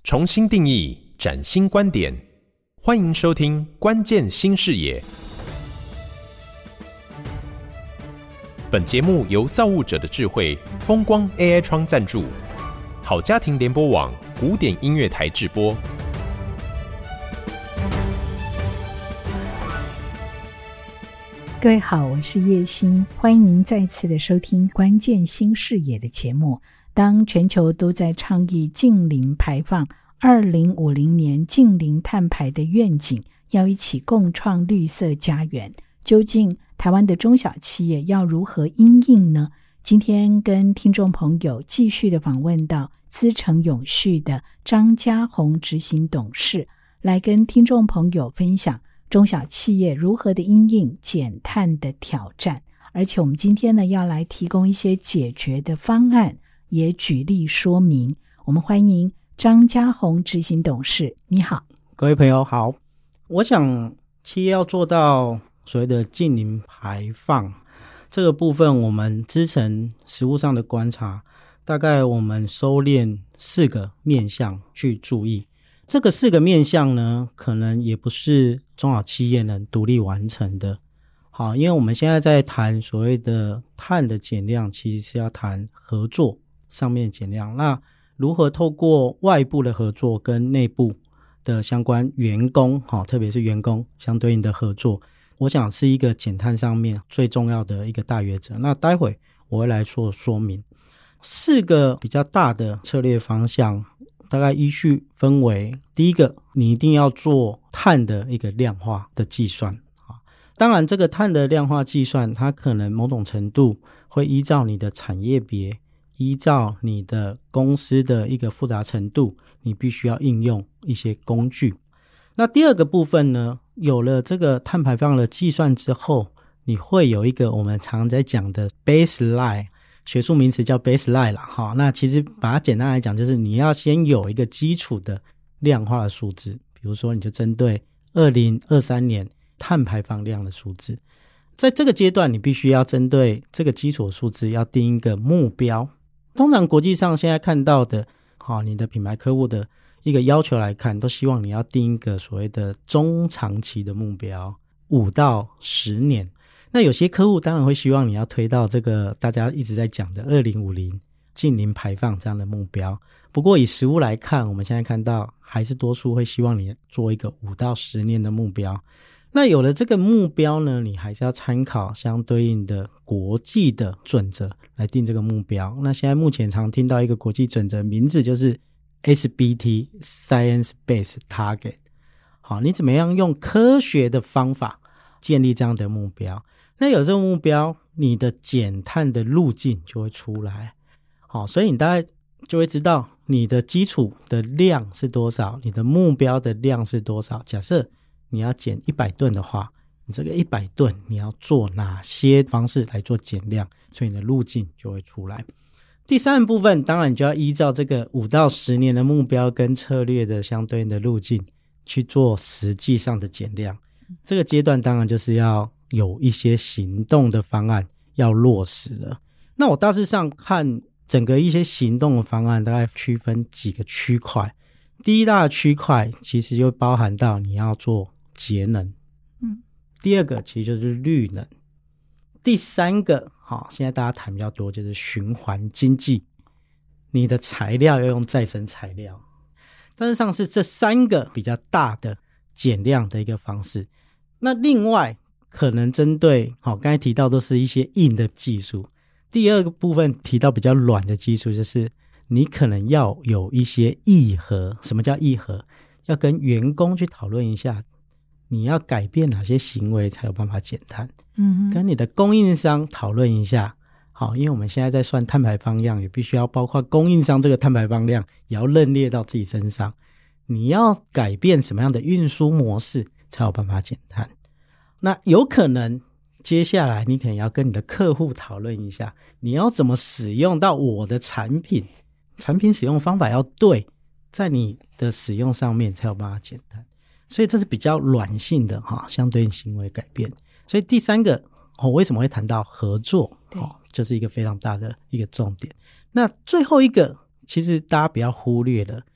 重新定义，崭新观点，欢迎收听《关键新视野》。本节目由造物者的智慧风光 AI 窗赞助，好家庭联播网古典音乐台制播。 各位好，我是叶欣，欢迎您再次的收听《关键新视野》的节目。当全球都在倡议净零排放，2050年净零碳排的愿景，要一起共创绿色家园，究竟台湾的中小企业要如何因应呢？今天跟听众朋友继续的访问到资诚永续的张嘉宏执行董事，来跟听众朋友分享中小企业如何的因应减碳的挑战，而且我们今天呢要来提供一些解决的方案，也举例说明。我们欢迎张嘉宏执行董事，你好。 各位朋友好。我想企业要做到所谓的净零排放这个部分，我们资诚实务上的观察，大概我们收敛4个面向去注意。这个4个面向呢，可能也不是中小企业能独立完成的。好，因为我们现在在谈所谓的碳的减量，其实是要谈合作上面的减量。那如何透过外部的合作跟内部的相关员工，特别是员工相对应的合作，我想是一个减碳上面最重要的一个大原则。那待会我会来做说明。4个比较大的策略方向，大概依序分为：第一个，你一定要做碳的一个量化的计算。当然这个碳的量化计算，它可能某种程度会依照你的产业别，依照你的公司的一个复杂程度，你必须要应用一些工具。那第二个部分呢，有了这个碳排放的计算之后，你会有一个我们常在讲的 baseline， 学术名词叫 baseline 啦。那其实把它简单来讲，就是你要先有一个基础的量化的数字，比如说你就针对2023年碳排放量的数字，在这个阶段你必须要针对这个基础的数字要定一个目标。通常国际上现在看到的，你的品牌客户的一个要求来看，都希望你要定一个所谓的中长期的目标，5到10年。那有些客户当然会希望你要推到这个大家一直在讲的2050净零排放这样的目标。不过以实务来看，我们现在看到还是多数会希望你做一个5到10年的目标。那有了这个目标呢，你还是要参考相对应的国际的准则来定这个目标。那现在目前常听到一个国际准则，名字就是 SBT Science Based Target。 好，你怎么样用科学的方法建立这样的目标？那有这个目标，你的减碳的路径就会出来。好，所以你大概就会知道你的基础的量是多少，你的目标的量是多少。假设你要减100吨的话，你这个100吨你要做哪些方式来做减量，所以你的路径就会出来。第3部分，当然你就要依照这个5到10年的目标跟策略的相对应的路径去做实际上的减量。这个阶段当然就是要有一些行动的方案要落实了。那我大致上看整个一些行动的方案，大概区分几个区块。第一大的区块其实就包含到你要做节能，第二个其实就是绿能，第3个现在大家谈比较多就是循环经济，你的材料要用再生材料。但是上是这3个比较大的减量的一个方式。那另外可能针对刚才提到都是一些硬的技术，第二个部分提到比较软的技术，就是你可能要有一些议和。什么叫议和？要跟员工去讨论一下，你要改变哪些行为才有办法减碳。跟你的供应商讨论一下。好，因为我们现在在算碳排放量，也必须要包括供应商这个碳排放量也要认列到自己身上。你要改变什么样的运输模式才有办法减碳。那有可能接下来你可能要跟你的客户讨论一下，你要怎么使用到我的产品，产品使用方法要对，在你的使用上面才有办法减碳。所以这是比较软性的相对应行为改变。所以第3个为什么会谈到合作，就是一个非常大的一个重点。那最后一个其实大家不要忽略了，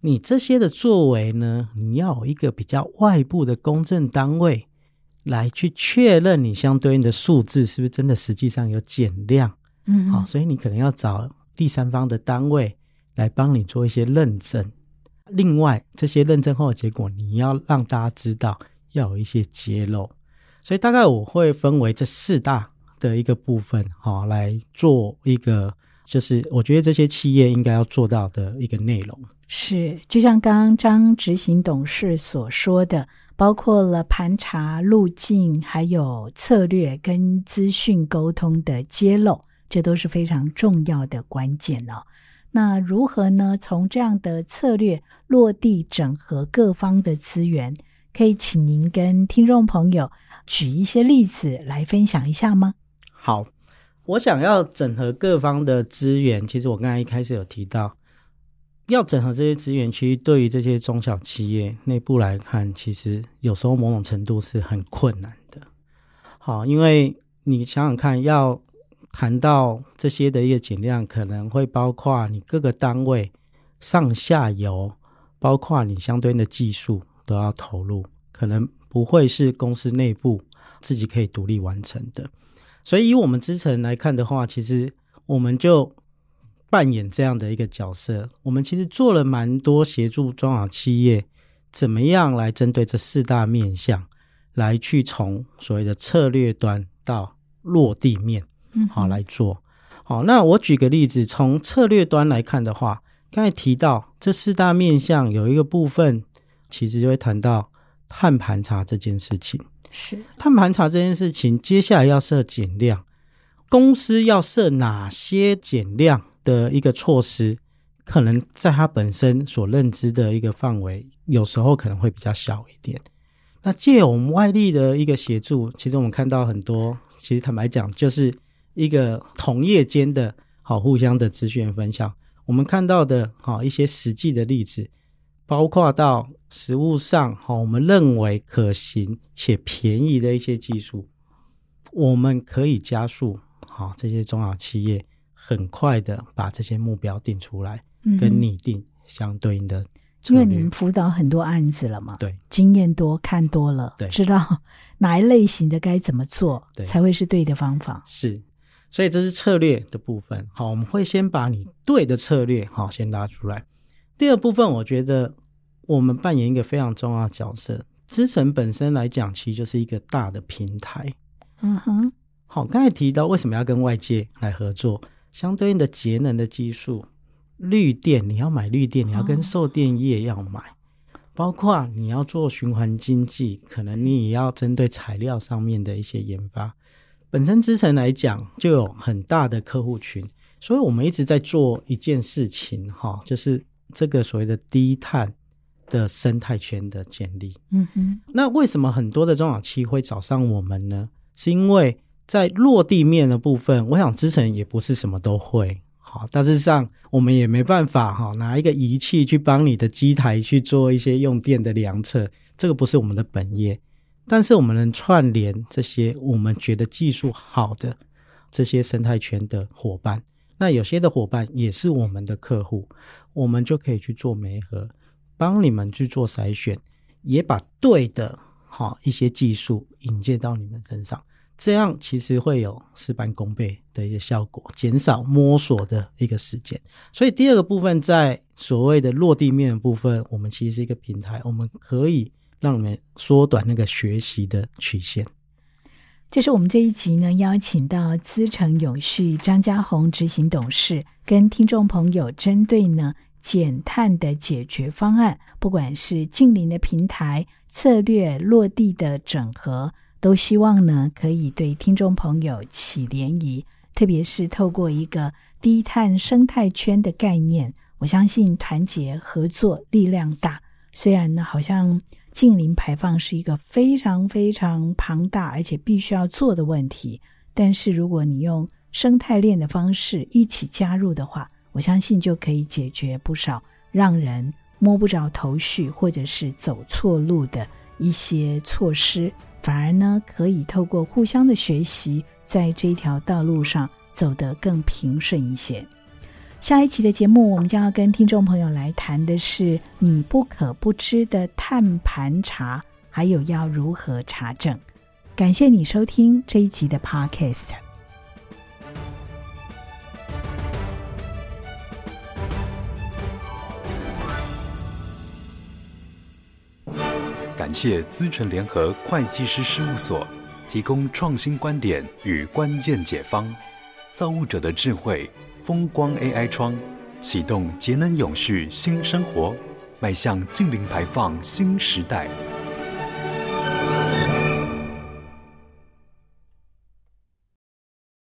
你这些的作为呢，你要有一个比较外部的公证单位来去确认你相对应的数字是不是真的实际上有减量。好，所以你可能要找第三方的单位来帮你做一些认证。另外，这些认证后的结果你要让大家知道，要有一些揭露。所以大概我会分为这4大的一个部分，来做一个就是我觉得这些企业应该要做到的一个内容。 是，就像刚刚张执行董事所说的，包括了盘查、路径，还有策略跟资讯沟通的揭露，这都是非常重要的关键哦。那如何呢？从这样的策略落地整合各方的资源，可以请您跟听众朋友举一些例子来分享一下吗？ 好，我想要整合各方的资源，其实我刚才一开始有提到，要整合这些资源，其实对于这些中小企业内部来看，其实有时候某种程度是很困难的。好，因为你想想看，要谈到这些的一个减量，可能会包括你各个单位上下游，包括你相对应的技术都要投入，可能不会是公司内部自己可以独立完成的。所以以我们资诚来看的话，其实我们就扮演这样的一个角色。我们其实做了蛮多协助中小企业怎么样来针对这4大面向来去从所谓的策略端到落地面好来做。好，那我举个例子，从策略端来看的话，刚才提到这4大面向有一个部分其实就会谈到碳盘查这件事情。 是， 碳盘查这件事情接下来要设减量，公司要设哪些减量的一个措施，可能在它本身所认知的一个范围有时候可能会比较小一点。那借由我们外力的一个协助，其实我们看到很多，其实坦白讲就是一个同业间的互相的资讯分享。我们看到的一些实际的例子，包括到实务上我们认为可行且便宜的一些技术，我们可以加速这些中小企业很快的把这些目标定出来，跟拟定相对应的策略。 因为你们辅导很多案子了嘛， 对， 经验多，看多了， 对， 知道哪一类型的该怎么做才会是对的方法。 是，所以这是策略的部分。好，我们会先把你对的策略先拉出来。第二部分我觉得我们扮演一个非常重要的角色，资诚本身来讲其实就是一个大的平台。好，刚才提到为什么要跟外界来合作，相对应的节能的技术，绿电你要买绿电，你要跟售电业要买，包括你要做循环经济，可能你也要针对材料上面的一些研发。本身资诚来讲就有很大的客户群，所以我们一直在做一件事情就是这个所谓的低碳的生态圈的建立。那为什么很多的中小企会找上我们呢？是因为在落地面的部分，我想资诚也不是什么都会，大致上我们也没办法拿一个仪器去帮你的机台去做一些用电的量测，这个不是我们的本业。但是我们能串联这些我们觉得技术好的这些生态圈的伙伴，那有些的伙伴也是我们的客户，我们就可以去做媒合，帮你们去做筛选，也把对的一些技术引荐到你们身上，这样其实会有事半功倍的一个效果，减少摸索的一个时间。所以第二个部分，在所谓的落地面的部分，我们其实是一个平台，我们可以让你们缩短那个学习的曲线。 这是我们这一集呢邀请到资诚永续张家宏执行董事跟听众朋友针对呢减碳的解决方案，不管是近邻的平台、策略、落地的整合，都希望呢可以对听众朋友起涟漪，特别是透过一个低碳生态圈的概念，我相信团结合作力量大。虽然呢好像近零排放是一个非常非常庞大而且必须要做的问题，但是如果你用生态链的方式一起加入的话，我相信就可以解决不少让人摸不着头绪或者是走错路的一些措施，反而呢可以透过互相的学习，在这条道路上走得更平顺一些。 下一期的节目，我们将要跟听众朋友来谈的是你不可不知的碳盘查，还有要如何查证。感谢你收听这一集的 Podcast。 感谢资诚联合会计师事务所提供创新观点与关键解方，造物者的智慧，风光 AI 窗，启动节能永续新生活，迈向净零排放新时代。